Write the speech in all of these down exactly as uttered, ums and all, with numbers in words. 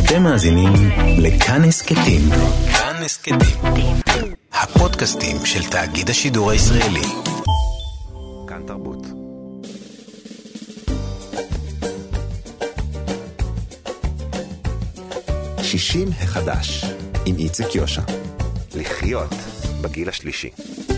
אתם מאזינים לכאן הסכתים. כאן הסכתים. הפודקאסטים של תאגיד השידור הישראלי. כאן תרבות. שישים החדש עם איציק יושע. לחיות בגיל השלישי.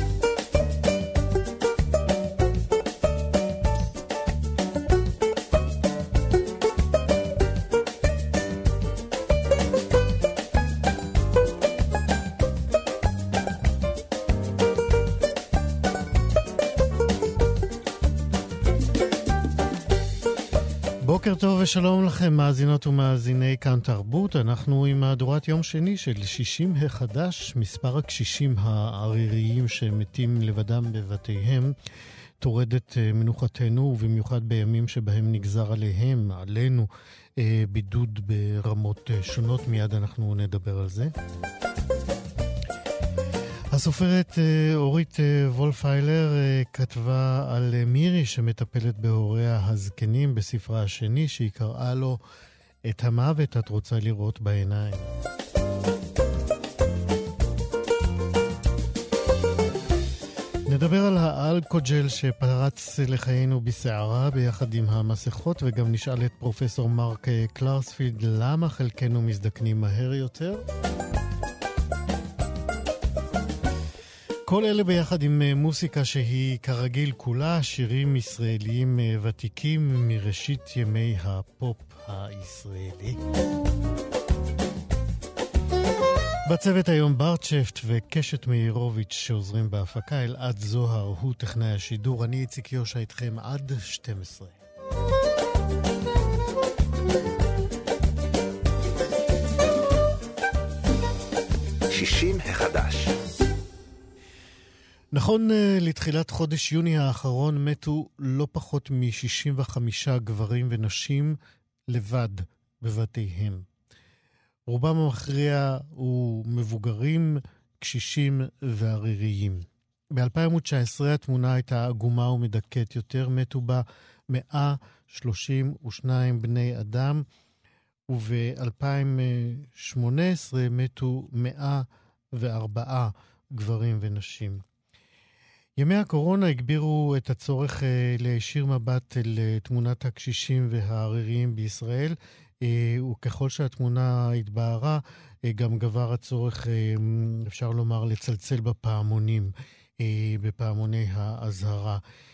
בוקר טוב ושלום לכם מאזינות ומאזיני כאן תרבות. אנחנו עם מהדורת יום שני של שישים החדש. מספר הקשישים העריריים שמתים לבדם בבתיהם תורד את מנוחתנו, ובמיוחד בימים שבהם נגזר עליהם, עלינו, בידוד ברמות שונות. מיד אנחנו נדבר על זה. הסופרת אורית וולפיילר כתבה על מירי שמטפלת בהוריה הזקנים בספרה השני שהיא קראה לו את המוות את רוצה לראות בעיניים. נדבר על האלכוג'ל שפרץ לחיינו בסערה ביחד עם המסכות, וגם נשאל את פרופסור מרק קלרספילד למה חלקנו מזדקנים מהר יותר. כל אלה ביחד עם מוסיקה שהיא כרגיל כולה שירים ישראליים ותיקים מראשית ימי הפופ הישראלי. בצוות היום ברצ'פט וקשת מאירוביץ' שעוזרים בהפקה. אלעד זוהר הוא טכנאי השידור. אני איציק יושע איתכם עד שתים עשרה. שישים החדש. נכון לתחילת חודש יוני האחרון מתו לא פחות מ-שישים וחמישה גברים ונשים לבד בבתיהם. רובם המכריע הוא מבוגרים, קשישים ועריריים. ב-אלפיים תשע עשרה התמונה הייתה עגומה ומדכאת יותר. מתו בה מאה שלושים ושניים בני אדם, וב-אלפיים שמונה עשרה מתו מאה וארבעה גברים ונשים. ימי הקורונה הגבירו את הצורך להישיר מבט לתמונת הקשישים והעריריים בישראל, וככל שהתמונה התבהרה, גם גבר הצורך, אפשר לומר, לצלצל בפעמונים, בפעמוני האזהרה.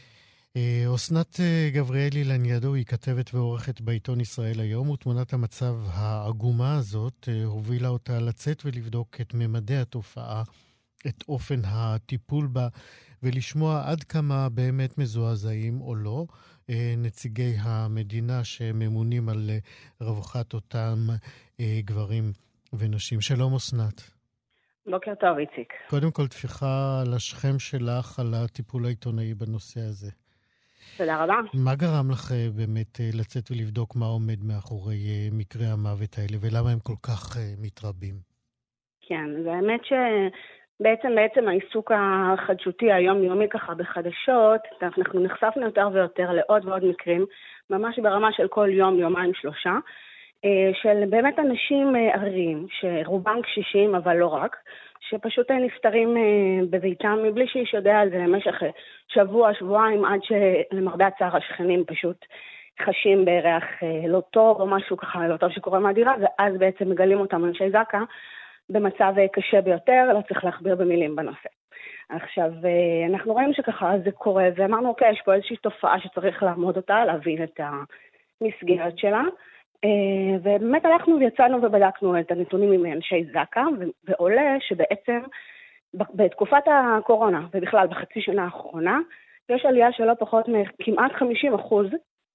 אסנת גבריאלי לניאדו היא כתבת ועורכת בעיתון ישראל היום, ותמונת המצב העגומה הזאת הובילה אותה לצאת ולבדוק את ממדי התופעה, את אופן הטיפול בה, ולשמוע עד כמה באמת מזועזעים או לא נציגי המדינה שממונים על רווחת אותם גברים ונשים. שלום אסנת. בוקר טוב איציק. קודם כל תפיחה לשכם שלך על הטיפול העיתונאי בנושא הזה. תודה רבה. מה גרם לך באמת לצאת ולבדוק מה עומד מאחורי מקרי המוות האלה ולמה הם כל כך מתרבים? כן, זה האמת ש... בעצם, בעצם העיסוק החדשותי היומיומי ככה בחדשות, אנחנו נחשפנו יותר ויותר לעוד ועוד מקרים, ממש ברמה של כל יום, יומיים, שלושה, של באמת אנשים עריריים, שרובם קשישים, אבל לא רק, שפשוט נפטרים בביתם מבלי שאיש יודע על זה למשך שבוע, שבועיים, עד שלמרבה הצער השכנים פשוט חשים בריח לא טוב, או משהו ככה לא טוב שקורה מהדירה, ואז בעצם מגלים אותם אנשי זק"א, במצב קשה ביותר, לא צריך להכביר במילים בנושא. עכשיו, אנחנו רואים שככה זה קורה, ואמרנו, אוקיי, יש פה איזושהי תופעה שצריך לעמוד אותה, להבין את המסגרת שלה, ובאמת הלכנו ויצאנו ובדקנו את הנתונים עם אנשי זק"א, ועולה שבעצם בתקופת הקורונה, ובכלל בחצי שנה האחרונה, יש עלייה של לא פחות מכמעט חמישים אחוז,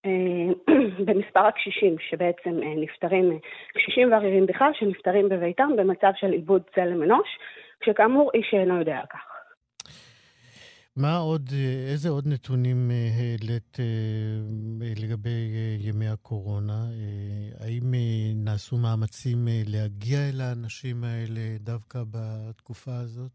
במספר הקשישים שבעצם נפטרים, קשישים ועריריים בכלל שנפטרים בביתם במצב של איבוד צלם אנוש, כשכאמור איש אינו יודע על כך. מה עוד, איזה עוד נתונים העלית לגבי ימי הקורונה? האם נעשו מאמצים להגיע אל האנשים האלה דווקא בתקופה הזאת?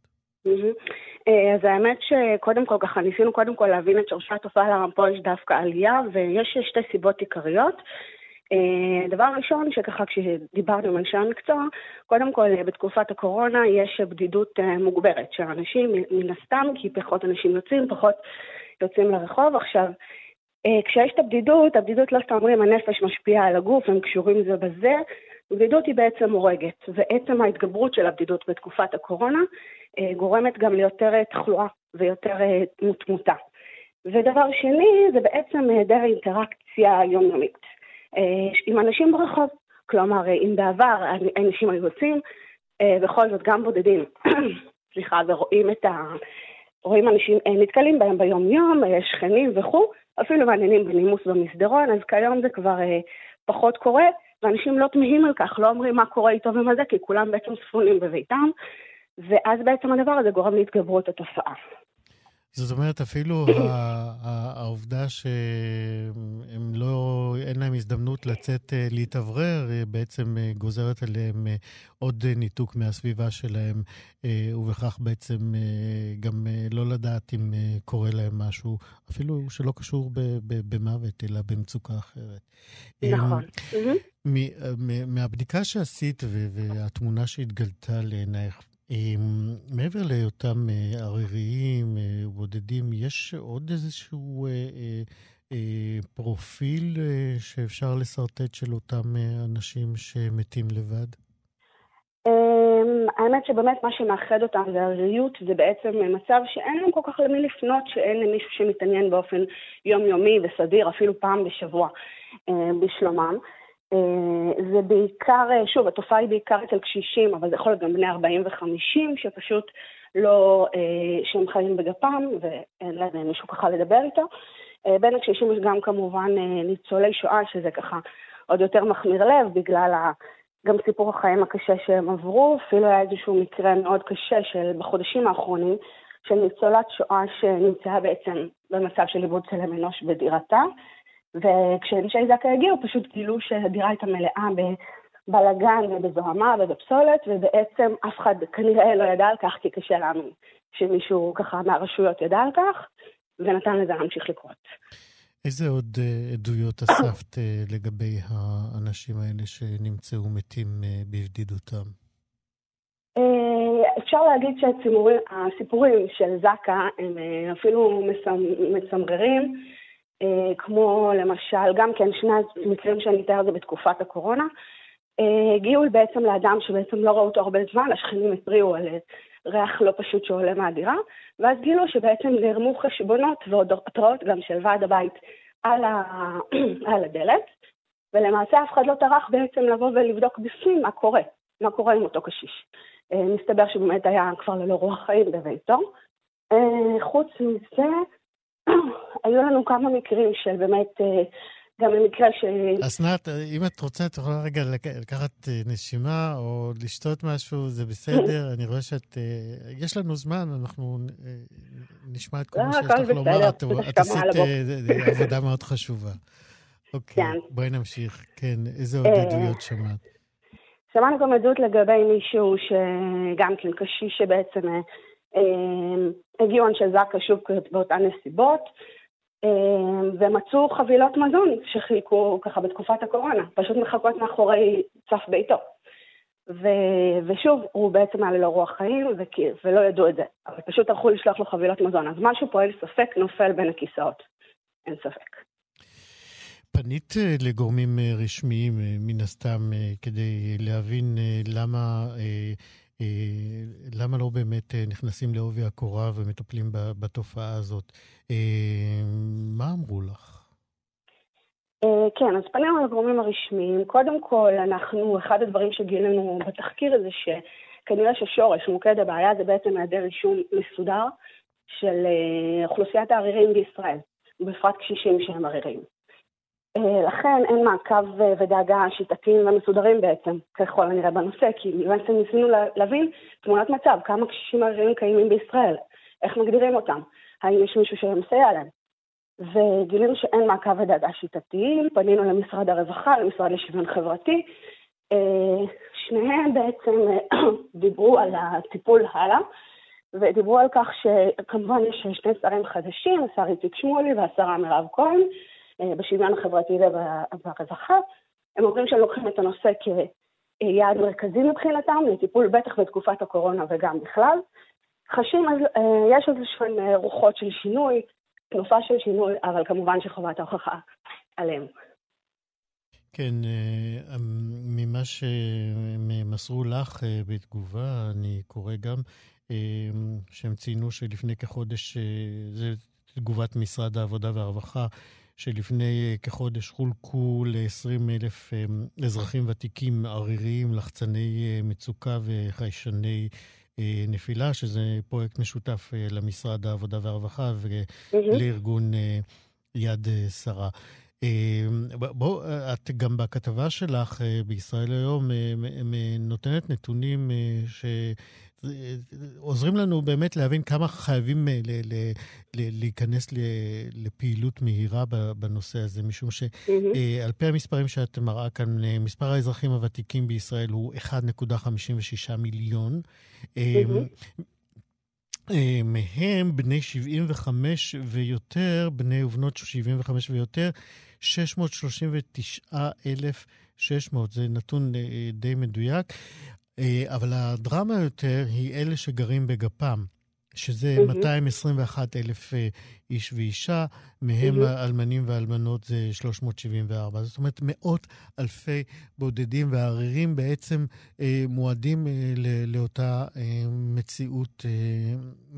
אז האמת שקודם כל ככה ניסינו קודם כל להבין את שורשי התופעה, למה פה יש דווקא עלייה, ויש שתי סיבות עיקריות. דבר ראשון, שככה כשדיברנו עם אנשי המקצוע, קודם כל בתקופת הקורונה יש בדידות מוגברת של אנשים, מן הסתם, כי פחות אנשים יוצאים, פחות יוצאים לרחוב. עכשיו, כשיש את הבדידות, הבדידות לא סתם אומרים, הנפש משפיעה על הגוף, הם קשורים זה בזה, הבדידות היא בעצם הורגת, ועצם ההתגברות של הבדידות בתקופת הקורונה גורמת גם ליותר תחלואה ויותר תמותה. ודבר שני, זה בעצם היעדר אינטראקציה יומיומית עם אנשים ברחוב. כלומר, אם בעבר אנשים היו יוצאים, בכל זאת גם בודדים, סליחה, ורואים את ה... רואים אנשים נתקלים בהם ביום יום, שכנים וכו', אפילו מעניינים בנימוס במסדרון, אז כיום זה כבר פחות קורה, ואנשים לא תמהים על כך, לא אומרים מה קורה איתו ומה זה, כי כולם בעצם ספונים בביתם, ואז בעצם הדבר הזה גורם להתגברות התופעה. זאת אומרת, אפילו העובדה שהם לא, אין להם הזדמנות לצאת להתאוורר, בעצם גוזרת עליהם עוד ניתוק מהסביבה שלהם, ובכך בעצם גם לא לדעת אם קורה להם משהו, אפילו שלא קשור במוות, אלא במצוקה אחרת. נכון. מהבדיקה שעשית והתמונה שהתגלתה לעינייך, מעבר להיותם עריריים, בודדים, יש עוד איזשהו פרופיל שאפשר לסרטט של אותם אנשים שמתים לבד? האמת שבאמת מה שמאחד אותם זה העריריות, זה בעצם מצב שאין להם כל כך למי לפנות, שאין למישהו שמתעניין באופן יומיומי וסדיר, אפילו פעם בשבוע בשלומם. זה בעיקר, שוב, התופעה היא בעיקר אצל קשישים, אבל זה יכול להיות גם בני ארבעים וחמישים, שפשוט לא, שהם חיים בגפם, ואין להם מישהו ככה לדבר איתו. בין הקשישים יש גם כמובן ניצולי שואה, שזה ככה עוד יותר מחמיר לב, בגלל גם סיפור החיים הקשה שהם עברו, אפילו היה איזשהו מקרה מאוד קשה של בחודשים האחרונים, של ניצולת שואה שנמצאה בעצם במצב של איבוד צלם אנוש בדירתה, וכשאנשי זק"א הגיעו, פשוט גילו שהדירה הייתה מלאה בבלגן ובזוהמה ובפסולת, ובעצם אף אחד כנראה לא ידע על כך, כי קשה לנו שמישהו ככה מהרשויות ידע על כך, ונתן לזה להמשיך לקרות. איזה עוד עדויות אספת לגבי האנשים האלה שנמצאו מתים בבדידותם? אפשר להגיד שהסיפורים של זק"א הם אפילו מצמררים, כמו למשל, גם כן שני מקרים שאני אתאר זה בתקופת הקורונה, הגיעו בעצם לאדם שבעצם לא ראו אותו הרבה זמן, השכנים הפריעו על ריח לא פשוט שעולה מהדירה, ואז גילו שבעצם נרמו חשבונות ועוד התראות גם של ועד הבית על, ה... על הדלת, ולמעשה אף אחד לא טרח בעצם לבוא ולבדוק בפנים מה קורה, מה קורה עם אותו קשיש. מסתבר שבאמת היה כבר ללא רוח חיים בביתו. חוץ מזה, היו לנו כמה מקרים של באמת, גם במקרה ש... אסנת, אם את רוצה, את יכולה רגע לקחת נשימה או לשתות משהו, זה בסדר. אני רואה שאת... יש לנו זמן, אנחנו נשמע את כל מה שיש לך לומר. את עשית עבודה מאוד חשובה. אוקיי, בואי נמשיך. כן, איזה עוד עדויות שמעת? שמענו גם עדות לגבי מישהו שגם כן קשיש שבעצם... הגיעו אנשי זק"א שוב באותן נסיבות, ומצאו חבילות מזון שחילקו ככה בתקופת הקורונה, פשוט מחכות מאחורי צף ביתו. ו- ושוב, הוא בעצם היה ללא רוח חיים, ו- ולא ידעו את זה, אבל פשוט הלכו לשלוח לו חבילות מזון, אז משהו פועל ספק נופל בין הכיסאות, אין ספק. פנית לגורמים רשמיים מן הסתם כדי להבין למה... למה לא באמת נכנסים לעובי הקורה ומטפלים בתופעה הזאת? מה אמרו לך? כן, אז פנינו לגורמים הרשמיים. קודם כל, אנחנו, אחד הדברים שגילינו בתחקיר הזה, שכנראה ששורש, מוקד הבעיה, זה בעצם היעדר רישום מסודר של אוכלוסיית העריריים בישראל, בפרט קשישים שהם עריריים. לכן אין מעקב ודאגה שיטתיים ומסודרים בעצם, ככל הנראה בנושא, כי בעצם ניסינו להבין תמונת מצב, כמה קשישים עריריים קיימים בישראל, איך מגדירים אותם, האם יש מישהו שמסייע להם. וגילינו שאין מעקב ודאגה שיטתיים, פנינו למשרד הרווחה, למשרד לשוויון חברתי, שניהם בעצם דיברו על הטיפול הלאה, ודיברו על כך שכמובן יש שני שרים חדשים, השר איציק שמולי והשרה מירב כהן, בשוויון החברתי וברווחה, הם אומרים שהם לוקחים את הנושא כיעד מרכזי מבחינתם, לטיפול בטח בתקופת הקורונה וגם בכלל. חשים, יש איזשהן רוחות של שינוי, תנופה של שינוי, אבל כמובן שחובת ההוכחה עליהם. כן, ממה שמסרו לך בתגובה, אני קורא גם שהם ציינו שלפני כחודש, זה תגובת משרד העבודה והרווחה, שלפני כחודש חולקו ל-עשרים אלף אזרחים ותיקים עריריים, לחצני מצוקה וחיישני נפילה, שזה פרויקט משותף למשרד העבודה והרווחה ולארגון יד שרה. בוא, את גם בכתבה שלך בישראל היום נותנת נתונים שעוזרים לנו באמת להבין כמה חייבים להיכנס לפעילות מהירה בנושא הזה, משום שעל פי המספרים שאת מראה כאן, מספר האזרחים הוותיקים בישראל הוא אחד נקודה חמישים ושישה מיליון. מהם בני שבעים וחמש ויותר, בני ובנות שבעים וחמש ויותר, שש מאות שלושים ותשעה אלף ושש מאות, זה נתון די מדויק, אבל הדרמה יותר היא אלה שגרים בגפם, שזה מאתיים עשרים ואחת אלף איש ואישה, מהם האלמנים והאלמנות זה שלוש מאות שבעים וארבע. זאת אומרת, מאות אלפי בודדים והערירים בעצם אה, מועדים אה, לאותה אה, מציאות אה,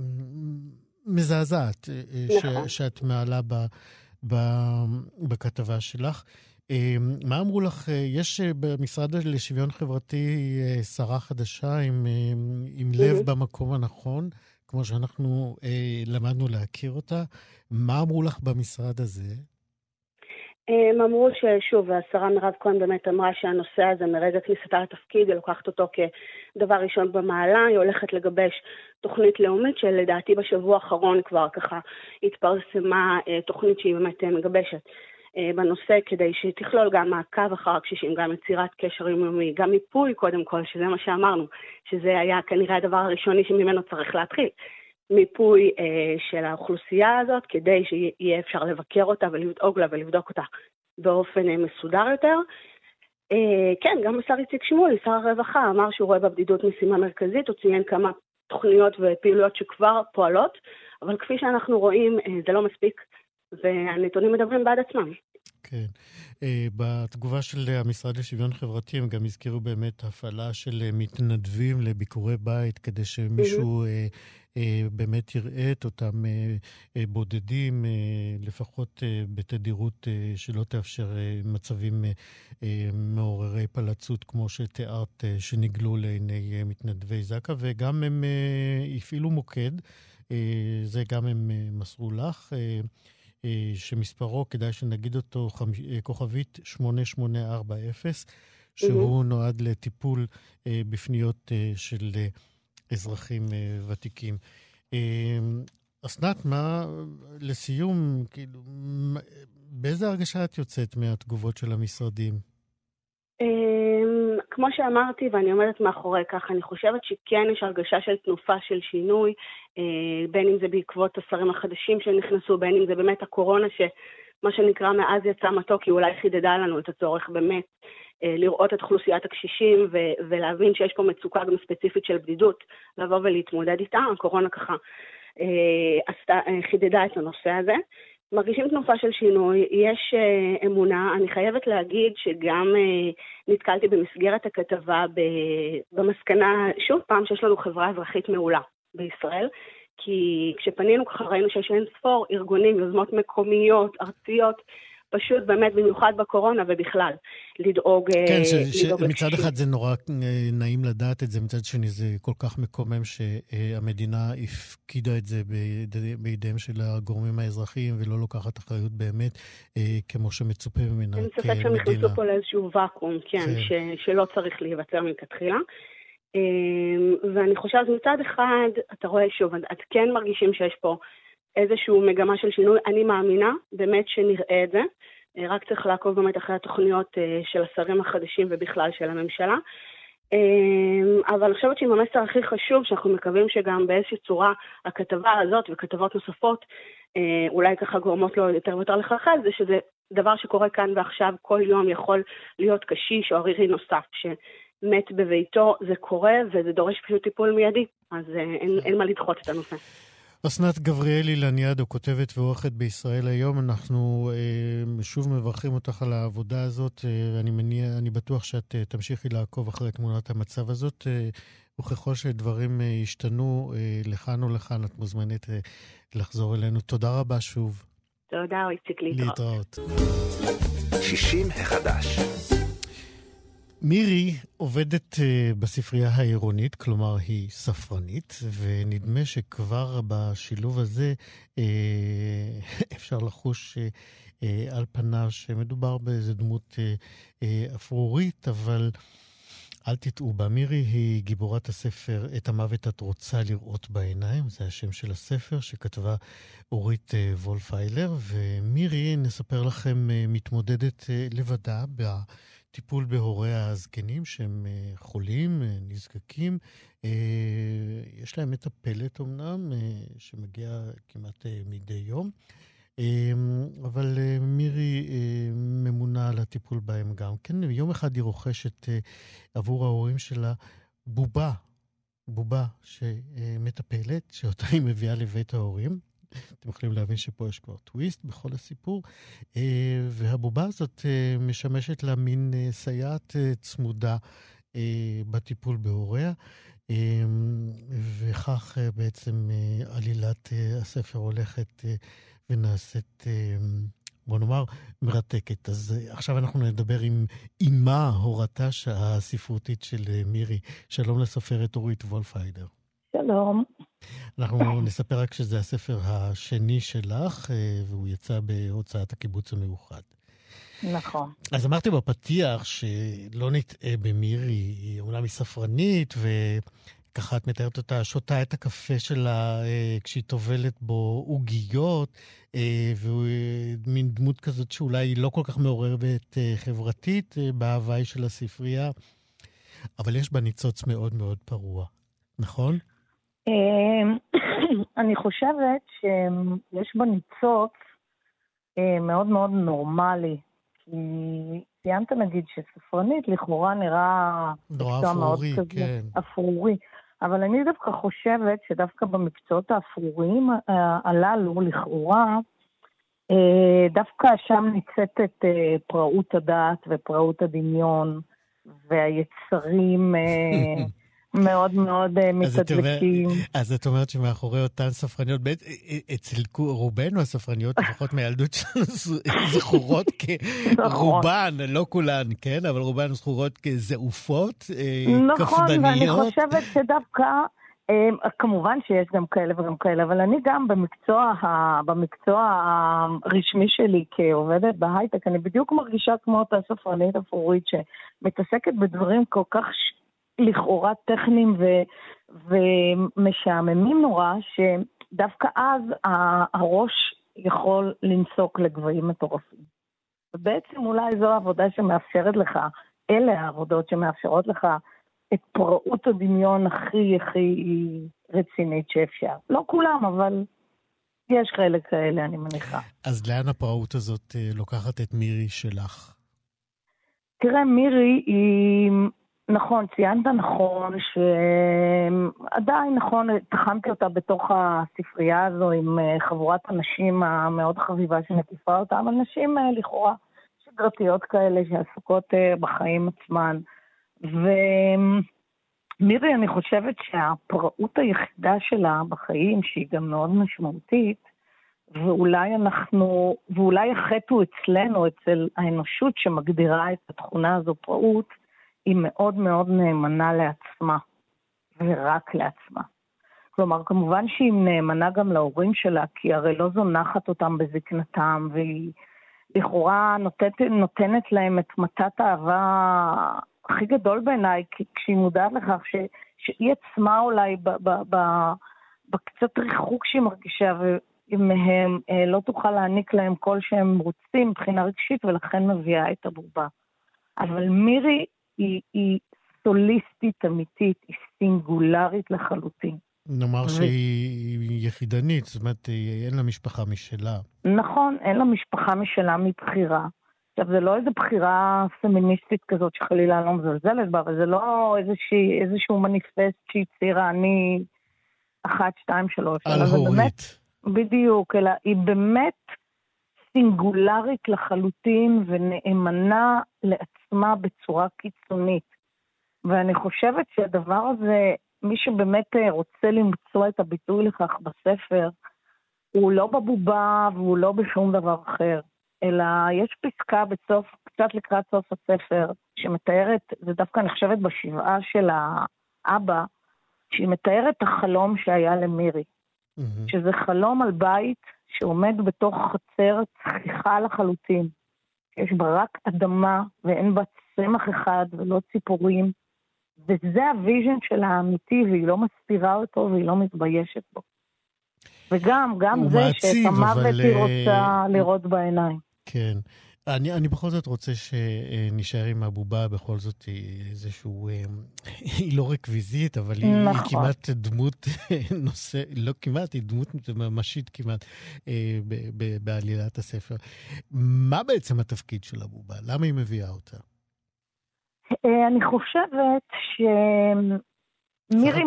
מזעזעת אה, ש, שאת מעלה ב, ב, בכתבה שלך. אה, מה אמרו לך? יש במשרד לשוויון חברתי אה, שרה חדשה עם, אה, עם לב במקום הנכון, כמו שאנחנו אה, למדנו להכיר אותה. מה אמרו לך במשרד הזה? הם אמרו ששוב, השרה מירב כהן באמת אמרה שהנושא הזה מרגע כניסתה לתפקיד, היא לוקחת אותו כדבר ראשון במעלה, היא הולכת לגבש תוכנית לאומית שלדעתי בשבוע האחרון כבר ככה התפרסמה אה, תוכנית שהיא באמת מגבשת אה, בנושא, כדי שתכלול גם מעקב אחר הקשישים, גם יצירת קשר יומיומי, גם מיפוי קודם כל, שזה מה שאמרנו, שזה היה כנראה הדבר הראשוני שממנו צריך להתחיל. מיפוי אה, של האוכלוסייה הזאת, כדי שיהיה אפשר לבקר אותה ולדאוג לה ולבדוק אותה באופן אה, מסודר יותר. אה, כן, גם השר איציק שמולי, שר הרווחה, אמר שהוא רואה בבדידות משימה מרכזית, הוא ציין כמה תוכניות ופעילויות שכבר פועלות, אבל כפי שאנחנו רואים, אה, זה לא מספיק, והנתונים מדברים בעד עצמם. כן. בתגובה של המשרד לשוויון חברתי הם גם הזכירו באמת הפעלה של מתנדבים לביקורי בית, כדי שמישהו באמת יראה את אותם בודדים, לפחות בתדירות שלא תאפשר מצבים מעוררי פלצות, כמו שתיארת, שנגלו לעיני מתנדבי זק"א, וגם הם הפעילו מוקד, זה גם הם מסרו לך, שמספרו, כדאי שנגיד אותו, כוכבית שמונה שמונה ארבע אפס, שהוא נועד לטיפול בפניות של אזרחים ותיקים. אסנת, מה, לסיום, כאילו, באיזה הרגשה את יוצאת מהתגובות של המשרדים? כמו שאמרתי, ואני עומדת מאחורי כך, אני חושבת שכן יש הרגשה של תנופה של שינוי, בין אם זה בעקבות השרים החדשים שנכנסו, בין אם זה באמת הקורונה, שמה שנקרא מאז יצא מתוק, היא אולי חידדה לנו את הצורך באמת לראות את אוכלוסיית הקשישים, ו- ולהבין שיש פה מצוקה גם ספציפית של בדידות, לבוא ולהתמודד איתה. הקורונה ככה עשתה, חידדה את הנושא הזה. מרגישים תנופה של שינוי, יש uh, אמונה, אני חייבת להגיד שגם uh, נתקלתי במסגרת הכתבה ב- במסקנה, שוב פעם שיש לנו חברה אזרחית מעולה בישראל, כי כשפנינו ככה ראינו שיש אין ספור ארגונים, יוזמות מקומיות, ארציות, פשוט באמת במיוחד בקורונה ובכלל, לדאוג כן, לדאוג שמצד אחד זה נורא נעים לדעת את זה, מצד שני זה כל כך מקומם שהמדינה הפקידה את זה בידיהם של הגורמים האזרחיים, ולא לוקחת אחריות באמת, כמו שמצופה ממנה כמדינה. אני חושבת שהם נכנסו פה לאיזשהו ואקום, כן, שלא צריך להיווצר מכתחילה. ואני חושבת מצד אחד, אתה רואה שוב, את כן מרגישים שיש פה איזשהו מגמה של שינוי, אני מאמינה באמת שנראה את זה, רק צריך לעקוב באמת אחרי התוכניות של השרים החדשים ובכלל של הממשלה, אבל אני חושבת שעם המסר הכי חשוב, שאנחנו מקווים שגם באיזושהי צורה הכתבה הזאת וכתבות נוספות, אולי ככה גורמות לו יותר ויותר לחלחל, זה שזה דבר שקורה כאן ועכשיו, כל יום יכול להיות קשיש או ערירי נוסף שמת בביתו, זה קורה וזה דורש פשוט טיפול מיידי, אז אין, אין מה לדחות את הנושא. אסנת גבריאלי לניאדו, כותבת ועורכת בישראל היום. אנחנו אה, שוב מברכים אותך על העבודה הזאת, אה, ואני מניע, אני בטוח שאת אה, תמשיכי לעקוב אחרי תמונת המצב הזאת, אה, וככל שדברים אה, ישתנו אה, לכאן או לכאן, את מוזמנת אה, לחזור אלינו. תודה רבה שוב. תודה, הוא הפסיק להתראות. להתראות. שישים החדש. מירי עובדת uh, בספרייה העירונית, כלומר היא ספרנית, ונדמה שכבר בשילוב הזה uh, אפשר לחוש uh, uh, על פניו שמדובר באיזו דמות uh, uh, אפרורית, אבל אל תטעו בה. מירי היא גיבורת הספר את המוות את רוצה לראות בעיניים, זה השם של הספר שכתבה אורית uh, וולפיילר, ומירי, נספר לכם, uh, מתמודדת uh, לבדה ב... טיפול בהוריה הזקנים שהם חולים, נזקקים. יש להם מטפלת אמנם, שמגיע כמעט מדי יום. אבל מירי ממונה על הטיפול בהם גם. כן, יום אחד היא רוכשת עבור ההורים שלה בובה, בובה שמטפלת, שאותה היא מביאה לבית ההורים. אתם יכולים להבין שפה יש כבר טוויסט בכל הסיפור, והבובה הזאת משמשת לה מין סייעת צמודה בטיפול בהוריה, וכך בעצם עלילת הספר הולכת ונעשית, בוא נאמר, מרתקת. אז עכשיו אנחנו נדבר עם אימה הורתה הספרותית של מירי. שלום לסופרת אורית וולפיילר. שלום. אנחנו נספר רק שזה הספר השני שלך, והוא יצא בהוצאת הקיבוץ המאוחד. נכון. אז אמרתי בפתיח שלא נטעה במירי, היא אומנם היא ספרנית, וככה את מתארת אותה, שותה את הקפה שלה כשהיא טובלת בו עוגיות, ומין דמות כזאת שאולי היא לא כל כך מעוררת חברתית בהוואי של הספרייה, אבל יש בה ניצוץ מאוד מאוד פרוע, נכון? אני חושבת שיש בה ניצוץ מאוד מאוד נורמלי, כי ציינת נגיד שספרנית לכאורה נראה נורא אפרורי, כן. אפרורי, אבל אני דווקא חושבת שדווקא במקצועות האפרוריים הללו לכאורה, דווקא שם ניצתת פראות הדעת ופראות הדמיון והיצרים מאוד מאוד מתדלקים. אז את אומרת שמאחורי אותן ספרניות, אצל רובנו הספרניות, לפחות מהילדות שלנו, זכורות כרובן, לא כולן, כן? אבל רובן זכורות כזעופות, קפדניות. נכון, ואני חושבת שדווקא, כמובן שיש גם כאלה וגם כאלה, אבל אני גם במקצוע, במקצוע הרשמי שלי כעובדת בהייטק, אני בדיוק מרגישה כמו אותה ספרנית אפרורית שמתעסקת בדברים כל כך לכאורה טכניים ו- ומשעממים נורא, שדווקא אז הראש יכול לנסוק לגבהים מטורפים. ובעצם אולי זו העבודה שמאפשרת לך, אלה העבודות שמאפשרות לך את פראות הדמיון הכי הכי רצינית שאפשר. לא כולם, אבל יש חלק כאלה, אני מניחה. אז לאן הפראות הזאת לוקחת את מירי שלך? תראה, מירי היא... נכון, ציינת נכון, שעדיין נכון, תחמתי אותה בתוך הספרייה הזו עם חבורת הנשים המאוד חביבה שמקיפה אותה, אבל נשים לכאורה שגרתיות כאלה שעסוקות בחיים עצמן. ומירי, אני חושבת שהפראות היחידה שלה בחיים, שהיא גם מאוד משמעותית, ואולי אנחנו, ואולי החטאו אצלנו, אצל האנושות שמגדירה את התכונה הזו פראות, היא מאוד מאוד נאמנה לעצמה, ורק לעצמה. כלומר, כמובן שהיא נאמנה גם להורים שלה, כי הרי לא זונחת אותם בזקנתם, והיא לכאורה נותנת, נותנת להם את מתת האהבה הכי גדול בעיניי, כשהיא מודעת לכך ש, שהיא עצמה אולי ב, ב, ב, בקצת ריחוק שהיא מרגישה, ומהם לא תוכל להעניק להם כל שהם רוצים מבחינה רגשית, ולכן מביאה את הבובה. אבל מירי, היא, היא סוליסטית אמיתית, היא סינגולרית לחלוטין. נאמר ו... שהיא יחידנית, זאת אומרת, אין לה משפחה משלה. נכון, אין לה משפחה משלה מבחירה. עכשיו, זה לא איזו בחירה פמיניסטית כזאת שחלילה לא מזלזלת בה, אבל זה לא איזושהי, איזשהו מניפסט שהצהירה, אני אחת, שתיים, שלוש. על הורית. באמת, בדיוק, אלא היא באמת סינגולרית לחלוטין ונאמנה לעצמה בצורה קיצונית. ואני חושבת שהדבר הזה, מי שבאמת רוצה למצוא את הביטוי לכך בספר, הוא לא בבובה והוא לא בשום דבר אחר. אלא יש פסקה בסוף, קצת לקראת סוף הספר, שמתארת, זה דווקא נחשבת בשבעה של האבא, שהיא מתארת את החלום שהיה למירי. Mm-hmm. שזה חלום על בית שעומד בתוך חצר צחיחה לחלוטין. יש בה רק אדמה ואין בה צמח אחד ולא ציפורים. וזה הוויז'ן של האמיתי, והיא לא מסתירה אותו והיא לא מתביישת בו. וגם, גם זה שאת המוות היא רוצה לראות בעיניים. כן. אני, אני בכל זאת רוצה שנשאר עם הבובה, בכל זאת היא איזשהו, היא לא רקוויזית, אבל היא, נכון. היא כמעט דמות נושא, לא כמעט, היא דמות ממשית כמעט ב, ב, בעלילת הספר. מה בעצם התפקיד של הבובה? למה היא מביאה אותה? אני חושבת שמירי,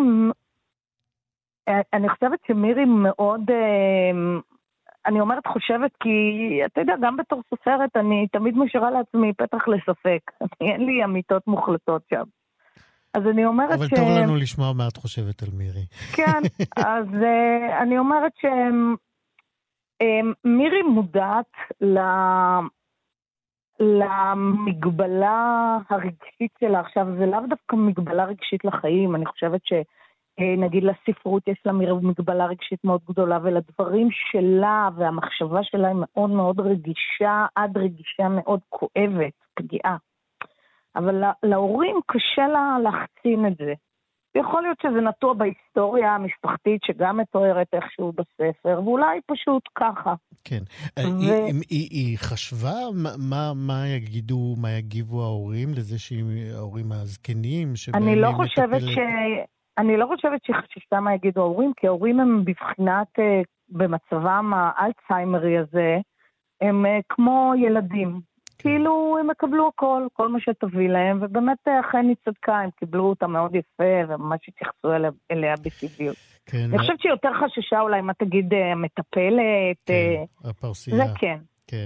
אני חושבת שמירי מאוד, אני אומרת חושבת כי, אתה יודע, גם בתור סופרת אני תמיד משאירה לעצמי פתח לספק. אין לי אמיתות מוחלטות שם. אז אני אומרת אבל ש... אבל טוב לנו לשמוע מה את חושבת על מירי. כן, אז אני אומרת שמירי מודעת ל... למגבלה הרגשית שלה. עכשיו, זה לאו דווקא מגבלה רגשית לחיים. אני חושבת ש... נגיד לספרות יש לה מגבלה רגשית מאוד גדולה, ולדברים שלה והמחשבה שלה היא מאוד מאוד רגישה, עד רגישה מאוד כואבת, פגיעה. אבל להורים קשה לה להחצין את זה. יכול להיות שזה נטוע בהיסטוריה המשפחתית שגם מתוארת איכשהו בספר, ואולי פשוט ככה. כן. ו... היא, היא, היא חשבה מה, מה יגידו, מה יגיבו ההורים לזה שההורים הזקנים שבהם אני לא מטפלת... חושבת ש... אני לא חושבת שחששתה מה יגידו ההורים, כי ההורים הם בבחינת, במצבם האלצהיימרי הזה, הם כמו ילדים. כאילו הם יקבלו הכל, כל מה שתביא להם, ובאמת אכן היא צדקה, הם קיבלו אותה מאוד יפה, וממש התייחסו אליה, אליה בטבעיות. כן, אני חושבת שהיא יותר חששה אולי, מה תגיד, מטפלת. כן, הפרסייה. זה כן. כן.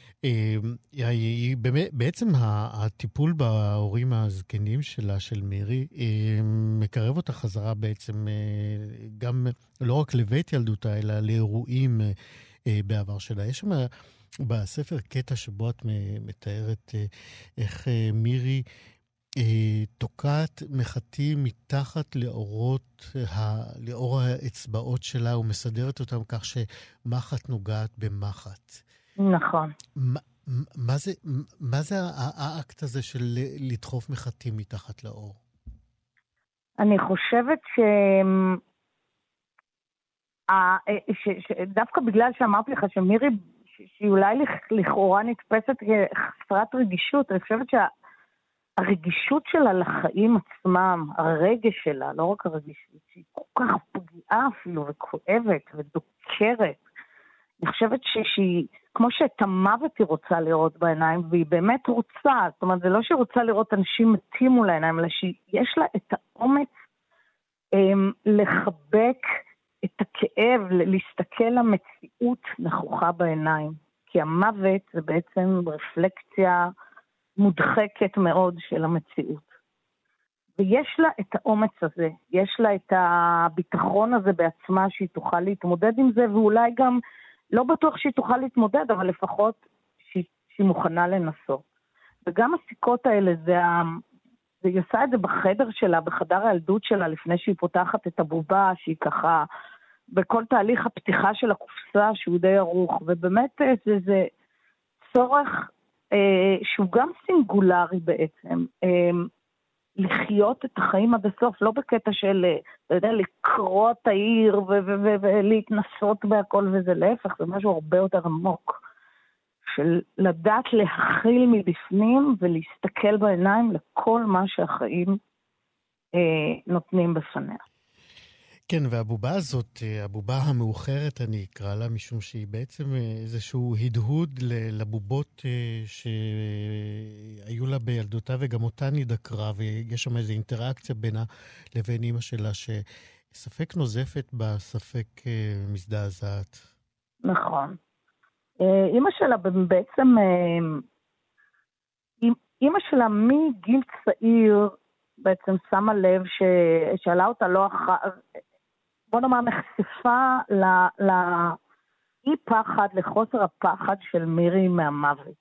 בעצם הטיפול בהורים הזקנים שלה, של מירי, מקרב אותה חזרה בעצם גם לא רק לבית ילדותה, אלא לאירועים בעבר שלה. יש שם בספר קטע שבו את מתארת איך מירי תוקעת מחטים מתחת לאורות, לאור האצבעות שלה, ומסדרת אותם כך שמחט נוגעת במחט. נכון. מה, מה זה, מה זה האקט הזה של לדחוף מחטים מתחת לאור? אני חושבת ש... ש... דווקא בגלל שאמרתי לך שמירי, שהיא אולי לכאורה נתפסת כחסרת רגישות, אני חושבת שהרגישות שלה לחיים עצמם, הרגש שלה, לא רק הרגישות, שהיא כל כך פגיעה אפילו וכואבת ודוקרת. אני חושבת שהיא, כמו שאת המוות היא רוצה לראות בעיניים, והיא באמת רוצה, זאת אומרת, זה לא שהיא רוצה לראות אנשים מתים מול העיניים, אלא שיש לה את האומץ הם, לחבק את הכאב, להסתכל למציאות נכוחה בעיניים. כי המוות זה בעצם רפלקציה מודחקת מאוד של המציאות. ויש לה את האומץ הזה, יש לה את הביטחון הזה בעצמה שהיא תוכל להתמודד עם זה, ואולי גם לא בטוח שהיא תוכל להתמודד, אבל לפחות שהיא, שהיא מוכנה לנסות. וגם הסיכות האלה, זה, זה היא עושה את זה בחדר שלה, בחדר הילדות שלה, לפני שהיא פותחת את הבובה, שהיא ככה, בכל תהליך הפתיחה של הקופסה, שהוא די ארוך, ובאמת זה, זה צורך אה, שהוא גם סינגולרי בעצם, אה, לחיות את החיים עד הסוף, לא בקטע של, אתה יודע, לקרוא את העיר ולהתנסות בהכל, וזה להפך, זה משהו הרבה יותר עמוק, של לדעת להכיל מבפנים ולהסתכל בעיניים לכל מה שהחיים אה, נותנים בפניה. כן, והבובה הזאת, הבובה המאוחרת, אני אקרא לה, משום שהיא בעצם איזשהו הדהוד לבובות שהיו לה בילדותה, וגם אותה נדקרה, ויש שם איזו אינטראקציה בינה לבין אמא שלה, שספק נוזפת בה, ספק מזדעזעת. נכון. אמא שלה בעצם, אמא שלה מגיל צעיר, בעצם שמה לב ששאלה אותה לא אחר, בוא נאמר, נחשפה לאי פחד, לחוסר הפחד של מירי מהמוות.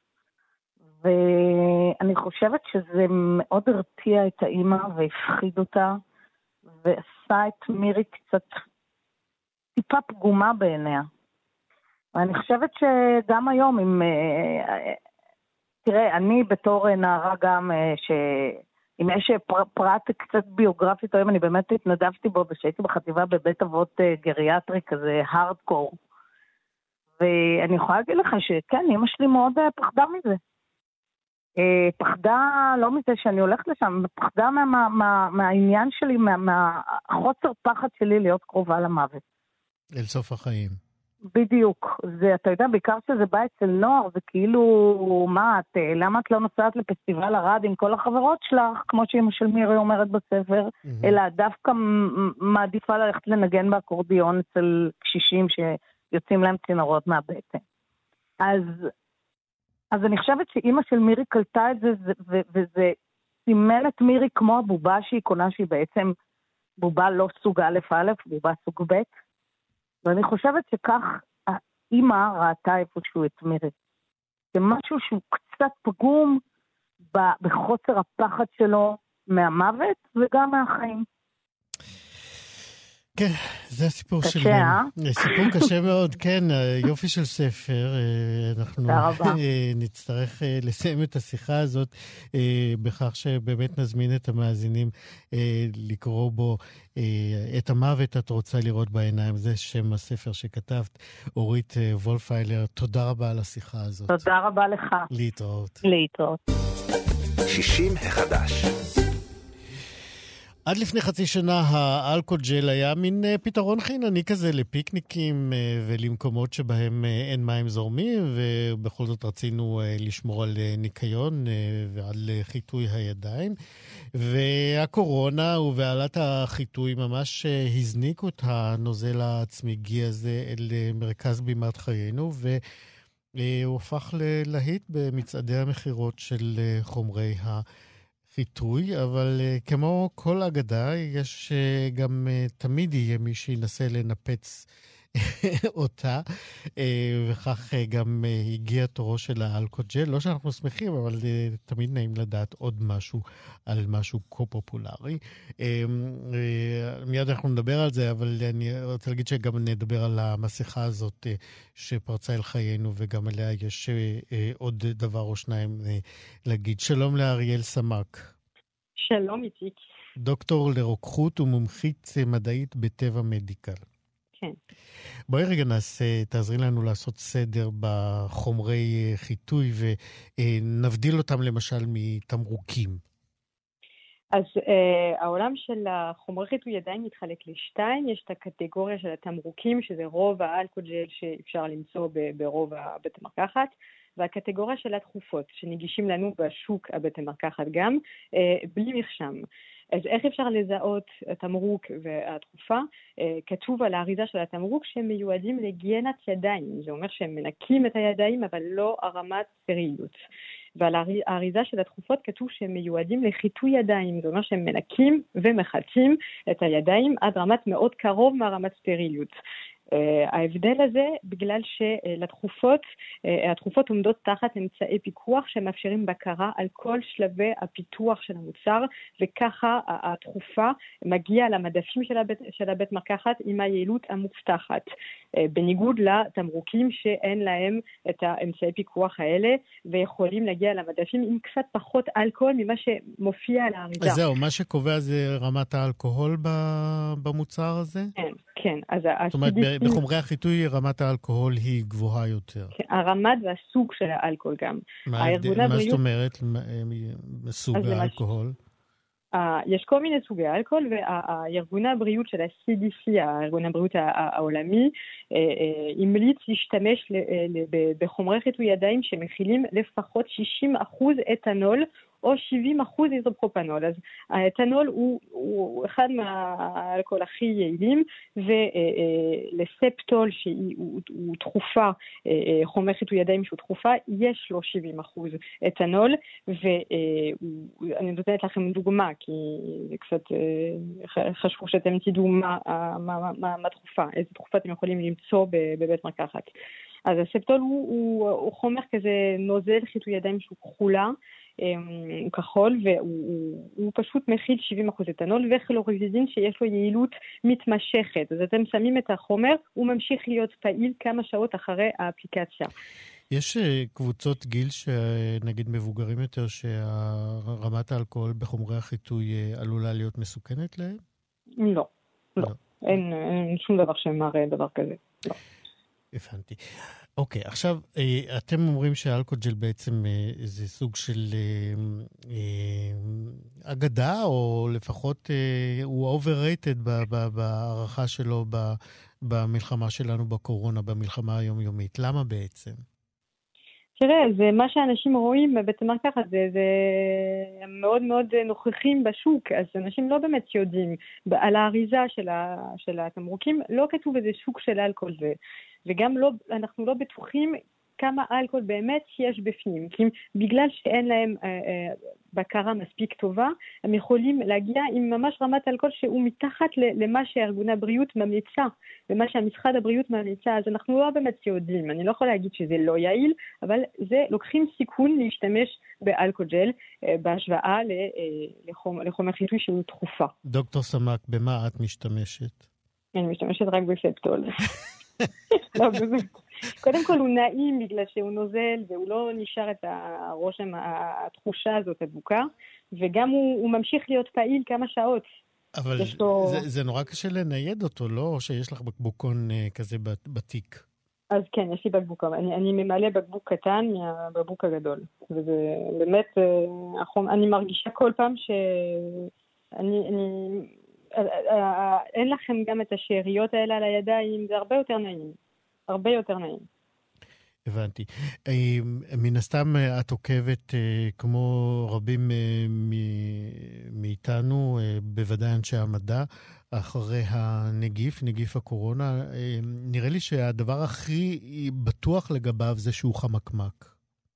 ואני חושבת שזה מאוד הרתיע את האמא והפחיד אותה, ועשה את מירי קצת טיפה פגומה בעיניה. ואני חושבת שגם היום, אם, תראה, אני בתור נערה גם ש... אם יש פרט קצת ביוגרפית, היום אני באמת התנדבתי בו, ושהייתי בחטיבה בבית אבות גריאטרי, כזה הארדקור. ואני יכולה להגיד לך שכן, אמא שלי מאוד פחדה מזה. פחדה לא מזה שאני הולכת לשם, פחדה מה, מה, מה, מהעניין שלי, מה, מהחוסר פחד שלי להיות קרובה למוות. אל סוף החיים. בדיוק, זה, אתה יודע, בעיקר שזה בא אצל נוער, וכאילו, מה את, למה את לא נוסעת לפסטיבל הרד עם כל החברות שלך, כמו שאמא של מירי אומרת בספר, mm-hmm. אלא דווקא מעדיפה ללכת לנגן באקורדיון אצל קשישים שיוצאים להם צינורות מהבטן. אז, אז אני חושבת שאמא של מירי קלטה את זה, ו- וזה סימן את מירי כמו הבובה שהיא קונה, שהיא בעצם בובה לא סוג א' א', בובה סוג ב', ואני חושבת שכך האמא ראתה איפשהו את מירי. זה משהו שהוא קצת פגום בחוסר הפחד שלו מהמוות וגם מהחיים. כן, זה הסיפור קשה, של... קשה, אה? סיפור קשה מאוד, כן, יופי של ספר. אנחנו נצטרך לסיים את השיחה הזאת בכך שבאמת נזמין את המאזינים לקרוא בו את המוות את רוצה לראות בעיניים. זה שם הספר שכתבת, אורית וולפיילר. תודה רבה על השיחה הזאת. תודה רבה לך. להתראות. להתראות. שישים החדש. עד לפני חצי שנה האלכוג'ל היה מין פתרון חינני כזה לפיקניקים ולמקומות שבהם אין מים זורמים, ובכל זאת רצינו לשמור על ניקיון ועל חיטוי הידיים. והקורונה ובעלת החיטוי ממש הזניקו את הנוזל הצמיגי הזה אל מרכז בימת חיינו, והוא הפך ללהיט במצעדי המחירות של חומרי ה... חיטוי, אבל uh, כמו כל אגדה, יש uh, גם uh, תמיד יהיה מי שינסה לנפץ אותה, uh, וכך uh, גם uh, הגיע תורו של האלכוג'ל. לא שאנחנו שמחים, אבל uh, תמיד נעים לדעת עוד משהו על משהו כה פופולרי. Uh, uh, מיד אנחנו נדבר על זה, אבל אני רוצה להגיד שגם נדבר על המסכה הזאת uh, שפרצה אל חיינו, וגם עליה יש uh, uh, עוד דבר או שניים uh, להגיד. שלום לאריאל סמק. שלום איציק. דוקטור לרוקחות ומומחית מדעית בטבע מדיקל. כן. בואי רגע נעשה, תעזרי לנו לעשות סדר בחומרי חיטוי ונבדיל אותם למשל מתמרוקים. אז uh, העולם של החומרי חיטוי ידיים מתחלק לשתיים. יש את הקטגוריה של התמרוקים, שזה רוב האלכוג'ל שאפשר למצוא ברוב בית המרקחת, והקטגוריה של התרופות שנגישים לנו בשוק הבית המרקחת גם, uh, בלי מרשם. אז איך אפשר לזהות התמרוק והתרופה? כתוב על האריזה של התמרוק שהם מיועדים להיגיינת ידיים. זה אומר שהם מנקים את הידיים, אבל לא הרמת סטריליות. ועל האריזה של התרופות כתוב שהם מיועדים לחיטוי ידיים. זה אומר שהם מנקים ומחטאים את הידיים עד רמת מאוד קרוב מהרמת סטריליות. Uh, ההבדל הזה בגלל שלתרופות, uh, התרופות עומדות תחת אמצעי פיקוח שמאפשרים בקרה על כל שלבי הפיתוח של המוצר, וככה התרופה מגיעה למדפים של הבית, של הבית מרקחת עם היעילות המובטחת, uh, בניגוד לתמרוקים שאין להם את האמצעי פיקוח האלה, ויכולים להגיע למדפים עם קצת פחות אלכוהול ממה שמופיע על האריזה. אז זהו, מה שקובע זה רמת האלכוהול במוצר הזה? כן, כן. אז זאת אומרת, בחומרי החיטוי רמת האלכוהול היא גבוהה יותר. הרמד והסוג של האלכוהול גם. מה זאת אומרת? סוג האלכוהול? יש כל מיני סוגי אלכוהול, והארגון הבריאות של ה-סי די סי, הארגון הבריאות העולמי, המליץ להשתמש בחומרי חיטוי ידיים שמכילים לפחות שישים אחוז אתנול, או שבעים אחוז איזופרופנול. אז האתנול הוא, הוא אחד מהאלכוהול הכי יעילים, ולספטול שהוא הוא תחופה, חומר חיטוי ידיים שהוא תחופה, יש לו שבעים אחוז אתנול, ואני נותנת לכם דוגמה, כי זה קצת חשוב שאתם תדעו מה, מה, מה, מה תחופה, איזה תחופה אתם יכולים למצוא בבית מרקחת. אז הספטול הוא, הוא, הוא חומר כזה נוזל חיטוי ידיים שהוא כחולה, הוא כחול, והוא פשוט מכיל שבעים אחוז אתנול וכלוריזין שיש לו יעילות מתמשכת. אז אתם שמים את החומר, הוא ממשיך להיות פעיל כמה שעות אחרי האפליקציה. יש קבוצות גיל שנגיד מבוגרים יותר שרמת האלכוהול בחומרי החיטוי עלולה להיות מסוכנת להם? לא, לא. אין, אין שום דבר שמראה דבר כזה. לא. הבנתי. אוקיי, עכשיו, אתם אומרים שהאלכוג'ל בעצם זה סוג של אגדה, או לפחות הוא overrated בהערכה שלו במלחמה שלנו בקורונה, במלחמה היומיומית. למה בעצם? תראה, זה מה שאנשים רואים בבית המרקחת, זה, זה מאוד מאוד נוכחים בשוק, אז אנשים לא באמת יודעים. על האריזה של, ה, של התמרוקים לא כתוב איזה שוק של אלכוהול, ו, וגם לא, אנחנו לא בטוחים כמה אלכוהול באמת יש בפנים, כי בגלל שאין להם אה, אה, בקרה מספיק טובה, הם יכולים להגיע עם ממש רמת אלכוהול שהוא מתחת למה שארגון הבריאות ממליצה, למה שהמשרד הבריאות ממליצה, אז אנחנו לא באמת יודעים, אני לא יכולה להגיד שזה לא יעיל, אבל זה לוקחים סיכון להשתמש באלכוג'ל, אה, בהשוואה ל, אה, לחומר, לחומר חיטוי שהוא תחופה. דוקטור סמק, במה את משתמשת? אני משתמשת רק בספטול. לא, באמת. קודם כל הוא נעים בגלל שהוא נוזל והוא לא נשאר את הרושם, התחושה הזאת הדבוקה, וגם הוא, הוא ממשיך להיות פעיל כמה שעות. אבל לו... זה, זה נורא קשה לנייד אותו, לא? או שיש לך בקבוקון uh, כזה בתיק? אז כן, יש לי בקבוקון. אני, אני ממלא בקבוק קטן מהבקבוק הגדול. וזה באמת, uh, אני מרגישה כל פעם שאני... אני... אין לכם גם את השאריות האלה על הידיים, זה הרבה יותר נעים. הרבה יותר נעים. הבנתי. מן הסתם את עוקבת, כמו רבים מאיתנו, בוודאי אנשי המדע, אחרי הנגיף, נגיף הקורונה. נראה לי שהדבר הכי בטוח לגביו זה שהוא חמקמק.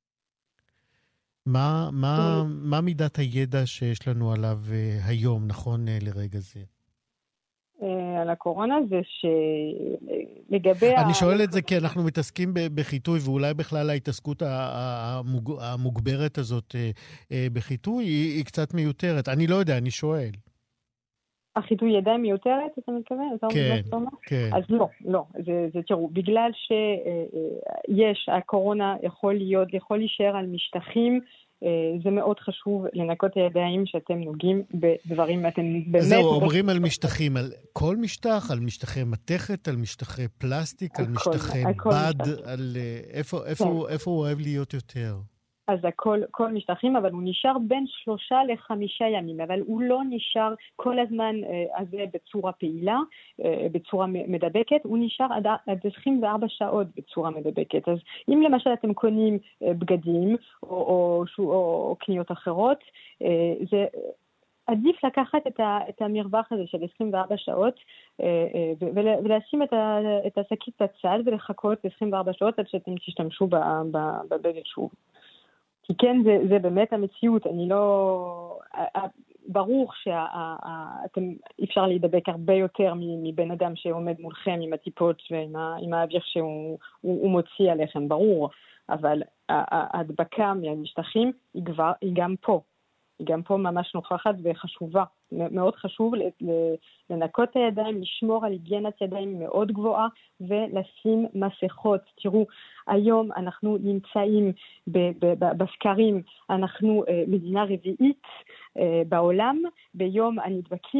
מה, מה, מה מידת הידע שיש לנו עליו היום, נכון לרגע זה? על הקורונה זה שלגבי... אני שואל את זה כי אנחנו מתעסקים בחיטוי, ואולי בכלל ההתעסקות המוגברת הזאת בחיטוי היא קצת מיותרת. אני לא יודע, אני שואל. החיטוי ידיים מיותרת, אתה מתכוון? כן, כן. אז לא, לא. זה, זה תראו, בגלל שיש, הקורונה יכול להיות, יכול להישאר על משטחים, זה מאוד חשוב לנקות הידיים שאתם נוגעים בדברים, אתם באמת... זהו, אומרים על משטחים, על כל משטח, על משטחי מתכת, על משטחי פלסטיק, על משטחי בד, על איפה, איפה, איפה הוא אוהב להיות יותר? אז הכל, כל משטחים, אבל הוא נשאר בין שלושה לחמישה ימים, אבל הוא לא נשאר כל הזמן אה, הזה בצורה פעילה, אה, בצורה מדבקת, הוא נשאר עד, עד עשרים וארבע שעות בצורה מדבקת. אז אם למשל אתם קונים אה, בגדים או, או, או, או קניות אחרות, אה, זה... עדיף לקחת את, ה, את המרווח הזה של עשרים וארבע שעות ולשים את, ה, את השקית בצד ולחכות עשרים וארבע שעות עד שאתם תשתמשו בבגד שוב. כי כן, זה, זה באמת המציאות. אני לא... ברור שאתם אפשר להידבק הרבה יותר מבן אדם שעומד מולכם עם הטיפות ועם האוויר שהוא הוא מוציא עליכם, ברור. אבל ההדבקה מהמשטחים היא, כבר, היא גם פה. היא גם פה ממש נוכחת וחשובה. מאוד חשוב לנקות את הידיים, לשמור על היגיינת ידיים מאוד גבוהה ולשים מסכות. תראו, היום אנחנו נמצאים בסקרים, אנחנו מדינה רביעית בעולם ביום הנדבקים,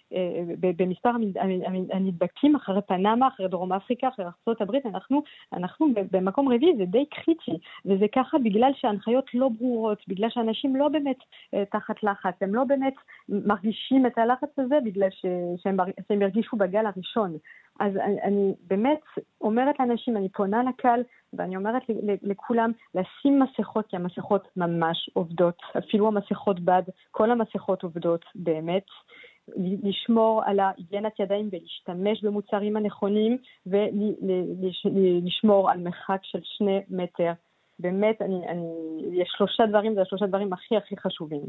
במספר הנדבקים אחרי פנמה, אחרי דרום אפריקה, אחרי ארצות הברית, אנחנו, אנחנו במקום רביעי, זה די קריטי, וזה ככה בגלל שההנחיות לא ברורות, בגלל שאנשים לא באמת תחת לחץ, הם לא באמת מרגישים את הלחץ הזה, בגלל שהם, שהם הרגישו בגל הראשון. אז אני, אני באמת אומרת לאנשים, אני פונה לקהל, ואני אומרת לכולם לשים מסכות, כי המסכות ממש עובדות, אפילו המסכות בד, כל המסכות עובדות באמת, לשמור על ההיגיינת ידיים ולהשתמש במוצרים הנכונים, ולשמור על מרחק של שני מטר. באמת, אני, אני, יש שלושה דברים, זה השלושה דברים הכי הכי חשובים.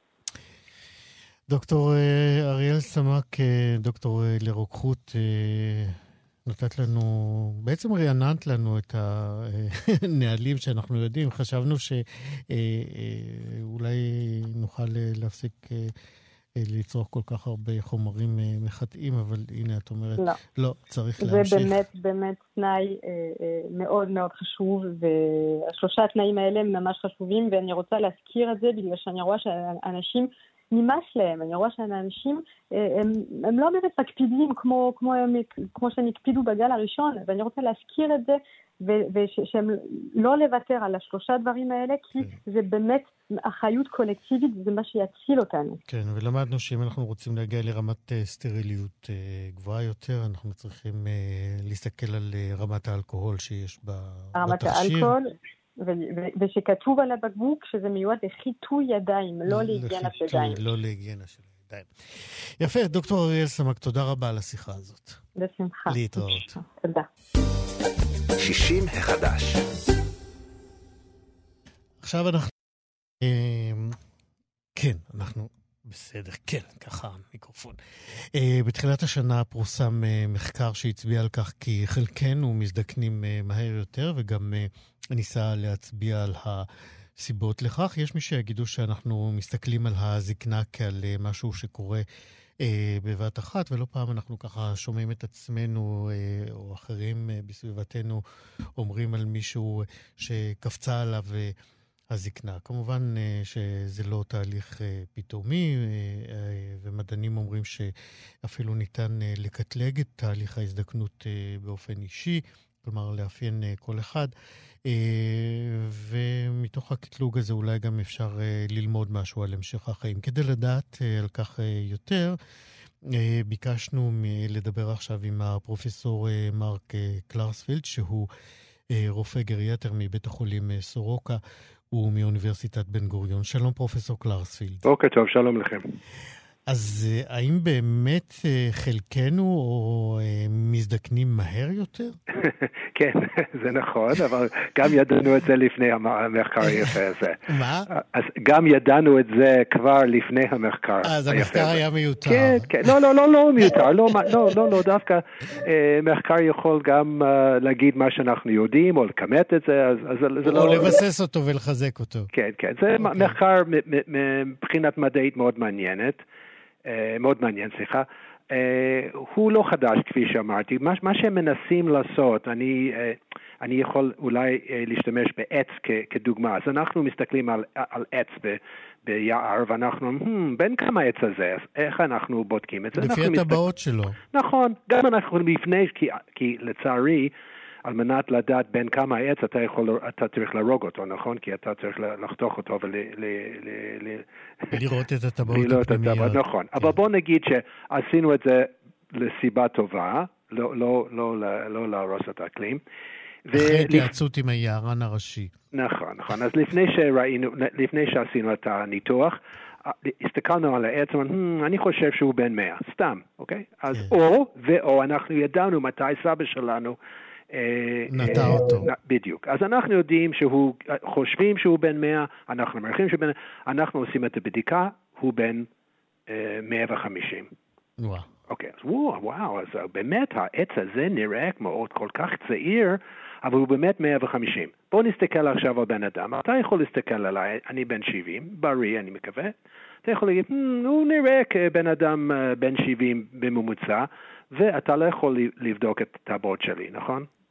דוקטור אריאל סמק, דוקטור לרוקחות, נתת לנו, בעצם רעננת לנו את הנהלים שאנחנו יודעים. חשבנו שאולי נוכל להפסיק לצרוך כל כך הרבה חומרים מחטאים, אבל הנה את אומרת, לא, לא צריך להמשיך. זה באמת, באמת תנאי מאוד מאוד חשוב, והשלושה התנאים האלה הם ממש חשובים, ואני רוצה להזכיר את זה, בגלל שאני רואה שאנשים נמאס להם, אני רואה שהאנשים הם, הם לא באמת מקפידים כמו, כמו, כמו שהם הקפידו בגל הראשון, ואני רוצה להזכיר את זה, ושהם לא לוותר על השלושה דברים האלה, כי כן. זה באמת אחריות קולקטיבית, זה מה שיציל אותנו. כן, ולמדנו שאם אנחנו רוצים להגיע לרמת סטריליות גבוהה יותר, אנחנו צריכים להסתכל על רמת האלכוהול שיש בתכשיר. רמת האלכוהול, ושכתוב על הבקבוק שזה מיועד לחיטוי ידיים, לא להיגיינת ידיים. לא להיגיינה של ידיים. יפה, דוקטור אריאל סמק, תודה רבה על השיחה הזאת. בשמחה. להתראות. תודה. שישים החדש. עכשיו אנחנו... כן, אנחנו... בסדר, כן, ככה המיקרופון. בתחילת השנה פורסם מחקר שהצביע על כך כי חלקנו מזדקנים מהר יותר, וגם ניסה להצביע על הסיבות לכך. יש מי שיגידו שאנחנו מסתכלים על הזקנה כעל משהו שקורה בבת אחת, ולא פעם אנחנו ככה שומעים את עצמנו או אחרים בסביבתנו אומרים על מישהו שקפצה עליו הזקנה. כמובן שזה לא תהליך פתאומי, ומדענים אומרים שאפילו ניתן לקטלג את תהליך ההזדקנות באופן אישי, כלומר לאפיין כל אחד, ומתוך הקטלוג הזה אולי גם אפשר ללמוד משהו על המשך החיים. כדי לדעת על כך יותר, ביקשנו לדבר עכשיו עם הפרופסור מרק קלרספילד, שהוא רופא גריאטר מבית החולים סורוקה, ומאוניברסיטת בן גוריון. שלום פרופסור קלרספילד. אוקיי, טוב, שלום לכם. אז האם באמת חלקנו או מזדקנים מהר יותר? כן, זה נכון, אבל גם ידענו את זה לפני המחקר היפה הזה. מה? אז גם ידענו את זה כבר לפני המחקר. אז המחקר היה מיותר. כן, כן, לא, לא, לא, לא מיותר, לא, לא, לא, לא, דווקא מחקר יכול גם להגיד מה שאנחנו יודעים, או לקמת את זה, אז זה לא... או לבסס אותו ולחזק אותו. כן, כן, זה מחקר מבחינת מדעית מאוד מעניינת. מאוד מעניין, סליחה. הוא לא חדש, כפי שאמרתי. מה, מה שהם מנסים לעשות, אני, אני יכול אולי להשתמש בעץ כ, כדוגמה. אז אנחנו מסתכלים על, על עץ ב, ביער, ואנחנו, hmm, בין כמה העץ הזה, אז איך אנחנו בודקים את זה? לפי הטבעות מסתכל... שלו. נכון, גם אנחנו לפני, כי, כי לצערי, על מנת לדעת בין כמה העץ אתה יכול, אתה צריך להרוג אותו, נכון? כי אתה צריך לחתוך אותו ול... לראות את הטבעות הפנימיות. נכון. אבל בוא נגיד שעשינו את זה לסיבה טובה, לא, לא, לא, לא להרוס את האקלים. אחרי התייעצות עם היערן הראשי. נכון, נכון. אז לפני שראינו, לפני שעשינו את הניתוח, הסתכלנו על העץ, אני חושב שהוא בן מאה, סתם, אוקיי? אז או, ואו אנחנו ידענו מתי סבא שלנו נטע אותו. בדיוק. אז אנחנו יודעים שהוא, חושבים שהוא בן מאה, אנחנו מעריכים שהוא בן, אנחנו עושים את הבדיקה, הוא בן מאה וחמישים. וואו. אוקיי, אז וואו, וואו, אז באמת העץ הזה נראה כמו כל כך צעיר, אבל הוא באמת מאה וחמישים. בואו נסתכל עכשיו על בן אדם. אתה יכול להסתכל עליי, אני בן שבעים, בריא, אני מקווה. אתה יכול להגיד, הוא נראה כבן אדם בן שבעים בממוצע, ואתה לא יכול לבדוק את הטבעות שלי, נכון?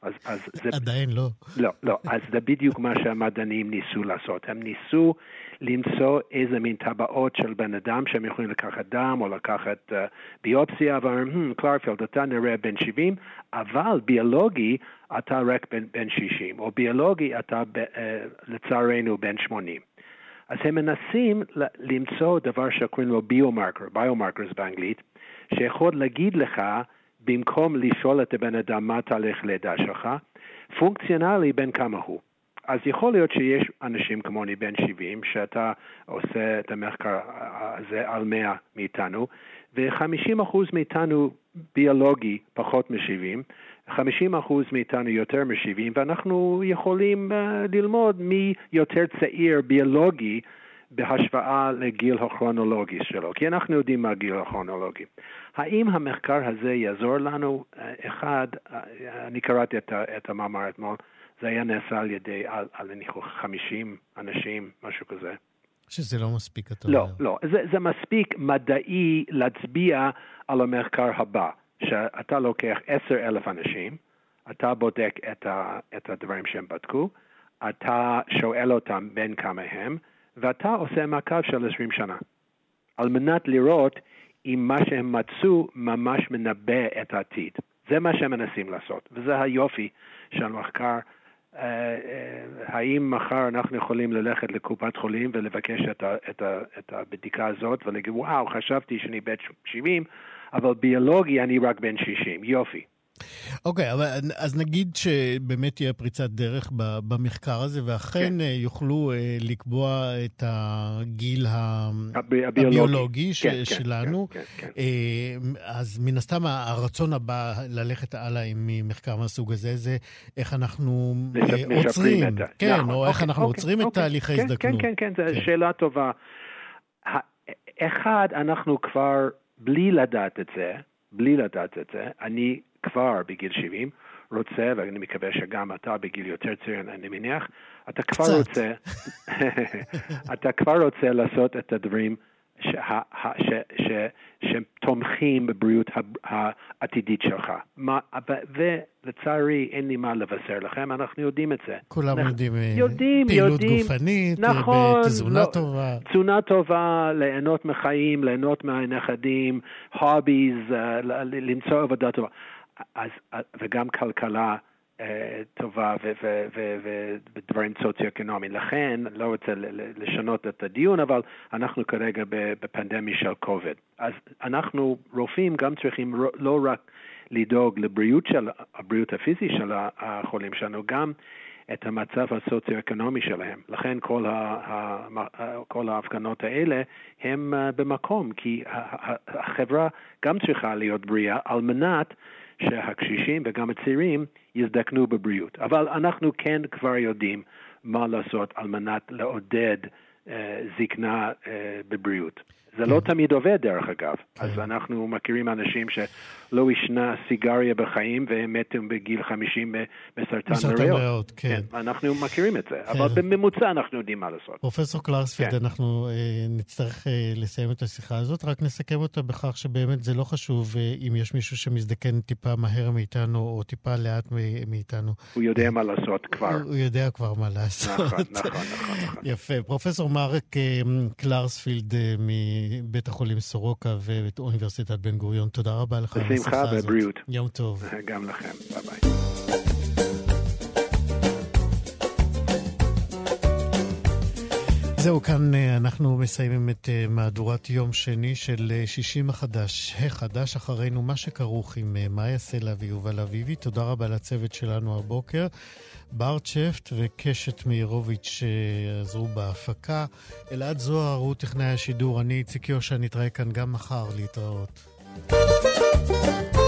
אז, אז זה... עדיין לא. לא, לא. אז זה בדיוק מה שהמדענים ניסו לעשות. הם ניסו למצוא איזה מין טבעות של בן אדם שהם יכולים לקחת דם או לקחת uh, ביופסיה, ואומרים, hmm, קלרפילד, אתה נראה בן שבעים, אבל ביולוגי אתה רק בן, בן שישים, או ביולוגי אתה ב, uh, לצערנו בן שמונים. אז הם מנסים למצוא דבר שקוראים לו ביומרקר, ביומרקרס באנגלית, שיכול להגיד לך, במקום לשאול את הבן אדם מה תהליך לידה שלך, פונקציונלי בין כמה הוא. אז יכול להיות שיש אנשים כמוני בן שבעים, שאתה עושה את המחקר הזה על מאה מאיתנו, ו-חמישים אחוז מאיתנו ביולוגי פחות מ-שבעים, חמישים אחוז מאיתנו יותר מ-שבעים, ואנחנו יכולים uh, ללמוד מי יותר צעיר ביולוגי בהשוואה לגיל הכרונולוגי שלו, כי אנחנו יודעים מה הגיל הכרונולוגי. האם המחקר הזה יעזור לנו? אחד, אני קראתי את, את המאמר אתמול, זה היה נעשה על ידי, על, על חמישים אנשים, משהו כזה. שזה לא מספיק, אתה לא, אומר. לא, זה, זה מספיק מדעי להצביע על המחקר הבא, שאתה לוקח עשר אלף אנשים, אתה בודק את, ה, את הדברים שהם בדקו, אתה שואל אותם בין כמה הם, ואתה עושה מעקב של עשרים שנה, על מנת לראות אם מה שהם מצאו ממש מנבא את העתיד. זה מה שהם מנסים לעשות, וזה היופי של מחקר. אה, אה, האם מחר אנחנו יכולים ללכת לקופת חולים ולבקש את, ה, את, ה, את הבדיקה הזאת, ולהגיד, וואו, חשבתי שאני בן שבעים, אבל ביולוגי אני רק בן שישים. יופי. אוקיי, אבל אז נגיד שבאמת תהיה פריצת דרך במחקר הזה, ואכן יוכלו לקבוע את הגיל הביולוגי שלנו, אז מן הסתם הרצון הבא ללכת הלאה עם מחקר מהסוג הזה, זה איך אנחנו עוצרים, כן, או איך אנחנו עוצרים את תהליך ההזדקנות. כן, כן, כן, זו שאלה טובה. אחד, אנחנו כבר, בלי לדעת את זה, בלי לדעת את זה, אני כבר בגיל שבעים רוצה, ואני מקווה שגם אתה בגיל יותר צעיר, אני מניח, אתה כבר קצת. רוצה, אתה כבר רוצה לעשות את הדברים שה, ש, ש, שתומכים בבריאות העתידית שלך. מה, ולצערי אין לי מה לבשר לכם, אנחנו יודעים את זה. כולם אנחנו, יודעים, יודעים פעילות יודעים, גופנית, נכון, תזונה לא, טובה. תזונה טובה, ליהנות מחיים, ליהנות מהנכדים, הוביז, למצוא עבודה טובה. אז, וגם כלכלה טובה ודברים סוציו-אקונומיים. לכן, לא רוצה לשנות את הדיון, אבל אנחנו כרגע בפנדמיה של קוביד. אז אנחנו, רופאים, גם צריכים לא רק לדאוג לבריאות של, הבריאות הפיזית של החולים שלנו, גם את המצב הסוציו-אקונומי שלהם. לכן כל, ה, כל ההפגנות האלה הם במקום, כי החברה גם צריכה להיות בריאה על מנת שהקשישים וגם הצעירים יזדקנו בבריאות. אבל אנחנו כן כבר יודעים מה לעשות על מנת לעודד אה, זקנה אה, בבריאות. זה לא תמיד עובד דרך אגב. אז אנחנו מכירים אנשים שלא ישנה סיגריה בחיים והם מתים בגיל חמישים בסרטן ריאות. כן, אנחנו מכירים את זה. אבל בממוצע אנחנו יודעים מה לעשות. פרופסור קלרספילד, אנחנו נצטרך לסיים את השיחה הזאת, רק נסכם אותה בכך שבאמת זה לא חשוב אם יש מישהו שמזדקן טיפה מהר מאיתנו או טיפה לאט מאיתנו. הוא יודע מה לעשות כבר. הוא יודע כבר מה לעשות. נכון, נכון, נכון. יפה. פרופסור מרק קלרספילד מ... בית החולים סורוקה ואת אוניברסיטת בן גוריון. תודה רבה לך על השיחה הזאת. בשמחה ובריאות. יום טוב. גם לכם. ביי ביי. זהו, כאן אנחנו מסיימים את מהדורת יום שני של שישים החדש. החדש אחרינו, מה שכרוך עם מאיה סלע ויובל אביבי. תודה רבה לצוות שלנו הבוקר. ברט שפט וקשת מאירוביץ' שעזרו בהפקה. אלעד זוהר הוא טכנאי השידור. אני ציקיו שאני אתראה כאן גם מחר להתראות.